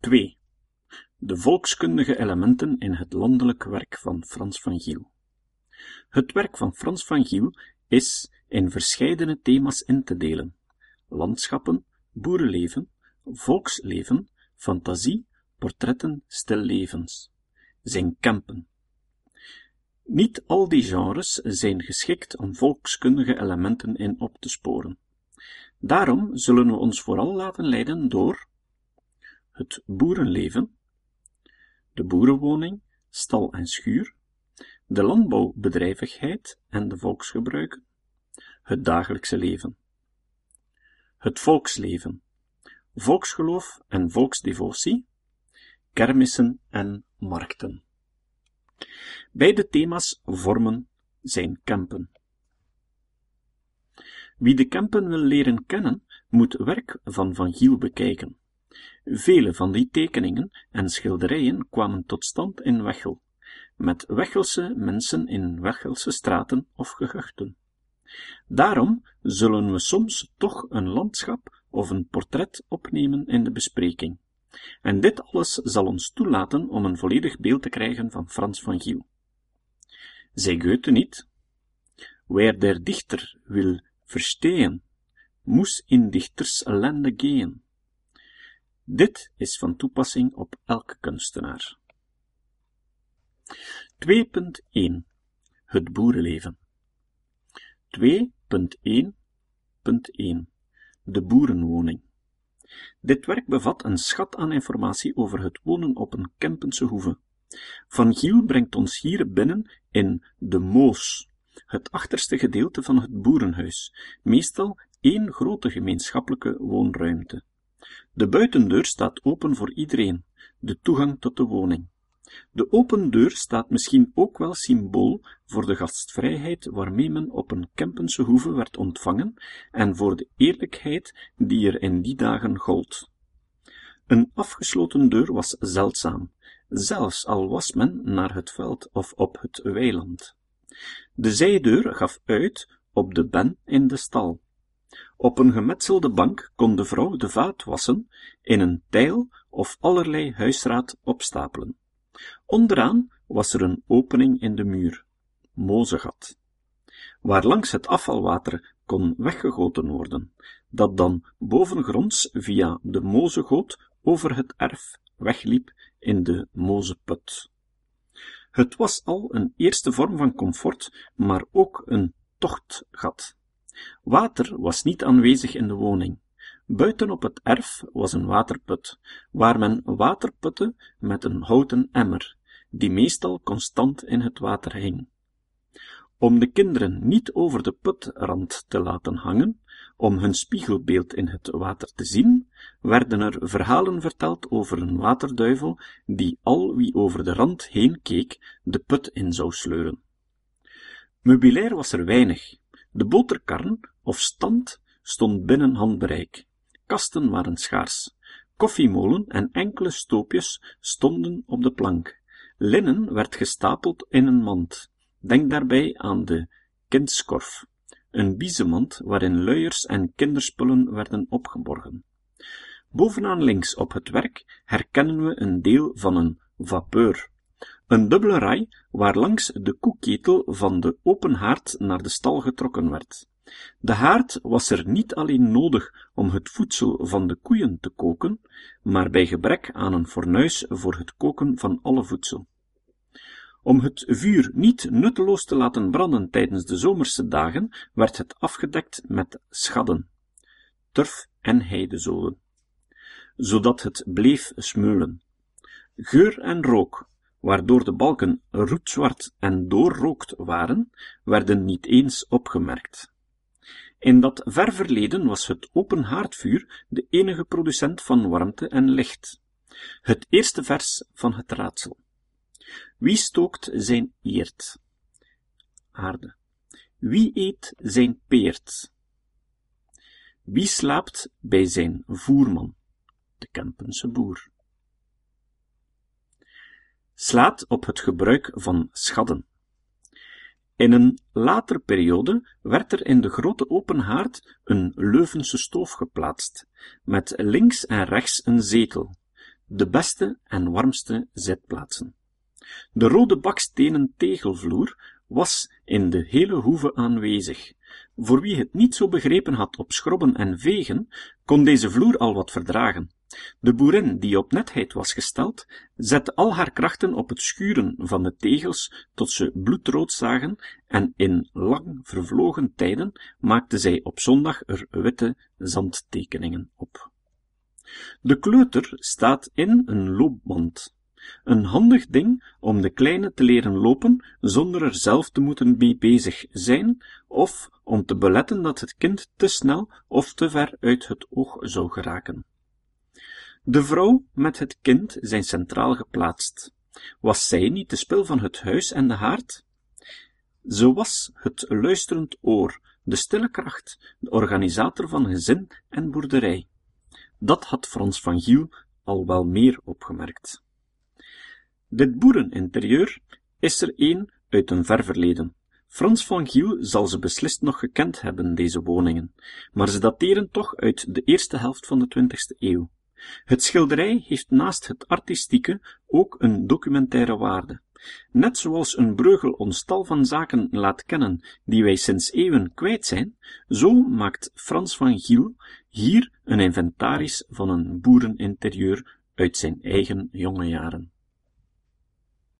2. De volkskundige elementen in het landelijk werk van Frans van Giel. Het werk van Frans van Giel is in verscheidene thema's in te delen: landschappen, boerenleven, volksleven, fantasie, portretten, stillevens. Zijn kampen. Niet al die genres zijn geschikt om volkskundige elementen in op te sporen. Daarom zullen we ons vooral laten leiden door het boerenleven, de boerenwoning, stal en schuur, de landbouwbedrijvigheid en de volksgebruiken, het dagelijkse leven. Het volksleven, volksgeloof en volksdevotie, kermissen en markten. Beide thema's vormen zijn kampen. Wie de kampen wil leren kennen, moet werk van Van Giel bekijken. Vele van die tekeningen en schilderijen kwamen tot stand in Wechel, met Wechelse mensen in Wechelse straten of gehuchten. Daarom zullen we soms toch een landschap of een portret opnemen in de bespreking. En dit alles zal ons toelaten om een volledig beeld te krijgen van Frans van Giel. Zei Goethe niet: Wer der dichter wil verstehen, moest in dichters ellende gehen. Dit is van toepassing op elke kunstenaar. 2.1 Het boerenleven. 2.1.1 De boerenwoning. Dit werk bevat een schat aan informatie over het wonen op een Kempense hoeve. Van Giel brengt ons hier binnen in de moos, het achterste gedeelte van het boerenhuis, meestal één grote gemeenschappelijke woonruimte. De buitendeur staat open voor iedereen, de toegang tot de woning. De open deur staat misschien ook wel symbool voor de gastvrijheid waarmee men op een Kempense hoeve werd ontvangen en voor de eerlijkheid die er in die dagen gold. Een afgesloten deur was zeldzaam, zelfs al was men naar het veld of op het weiland. De zijdeur gaf uit op de ben in de stal. Op een gemetselde bank kon de vrouw de vaat wassen, in een tijl of allerlei huisraad opstapelen. Onderaan was er een opening in de muur, mozegat, waarlangs het afvalwater kon weggegoten worden, dat dan bovengronds via de mozegoot over het erf wegliep in de mozeput. Het was al een eerste vorm van comfort, maar ook een tochtgat. Water was niet aanwezig in de woning. Buiten op het erf was een waterput, waar men water putte met een houten emmer, die meestal constant in het water hing. Om de kinderen niet over de putrand te laten hangen, om hun spiegelbeeld in het water te zien, werden er verhalen verteld over een waterduivel die al wie over de rand heen keek, de put in zou sleuren. Meubilair was er weinig. De boterkarren of stand stond binnen handbereik. Kasten waren schaars. Koffiemolen en enkele stoopjes stonden op de plank. Linnen werd gestapeld in een mand. Denk daarbij aan de kindskorf, een biezenmand waarin luiers en kinderspullen werden opgeborgen. Bovenaan links op het werk herkennen we een deel van een vapeur, een dubbele rij waarlangs de koekketel van de open haard naar de stal getrokken werd. De haard was er niet alleen nodig om het voedsel van de koeien te koken, maar bij gebrek aan een fornuis voor het koken van alle voedsel. Om het vuur niet nutteloos te laten branden tijdens de zomerse dagen, werd het afgedekt met schadden, turf en heidezoden, zodat het bleef smeulen. Geur en rook, waardoor de balken roetzwart en doorrookt waren, werden niet eens opgemerkt. In dat ver verleden was het open haardvuur de enige producent van warmte en licht. Het eerste vers van het raadsel. Wie stookt zijn eert? Aarde. Wie eet zijn peert? Wie slaapt bij zijn voerman? De Kempense boer. Slaat op het gebruik van schadden. In een later periode werd er in de grote open haard een Leuvense stoof geplaatst, met links en rechts een zetel. de beste en warmste zitplaatsen. De rode bakstenen tegelvloer was in de hele hoeve aanwezig. Voor wie het niet zo begrepen had op schrobben en vegen, kon deze vloer al wat verdragen. De boerin, die op netheid was gesteld, zette al haar krachten op het schuren van de tegels tot ze bloedrood zagen, en in lang vervlogen tijden maakte zij op zondag er witte zandtekeningen op. De kleuter staat in een loopband. Een handig ding om de kleine te leren lopen zonder er zelf te moeten mee bezig zijn, of om te beletten dat het kind te snel of te ver uit het oog zou geraken. De vrouw met het kind zijn centraal geplaatst. Was zij niet de spil van het huis en de haard? Ze was het luisterend oor, de stille kracht, de organisator van gezin en boerderij. Dat had Frans van Giel al wel meer opgemerkt. Dit boereninterieur is er een uit een ver verleden. Frans van Giel zal ze beslist nog gekend hebben, deze woningen, maar ze dateren toch uit de eerste helft van de 20e eeuw. Het schilderij heeft naast het artistieke ook een documentaire waarde. Net zoals een Breugel ons tal van zaken laat kennen die wij sinds eeuwen kwijt zijn, zo maakt Frans van Giel hier een inventaris van een boereninterieur uit zijn eigen jonge jaren.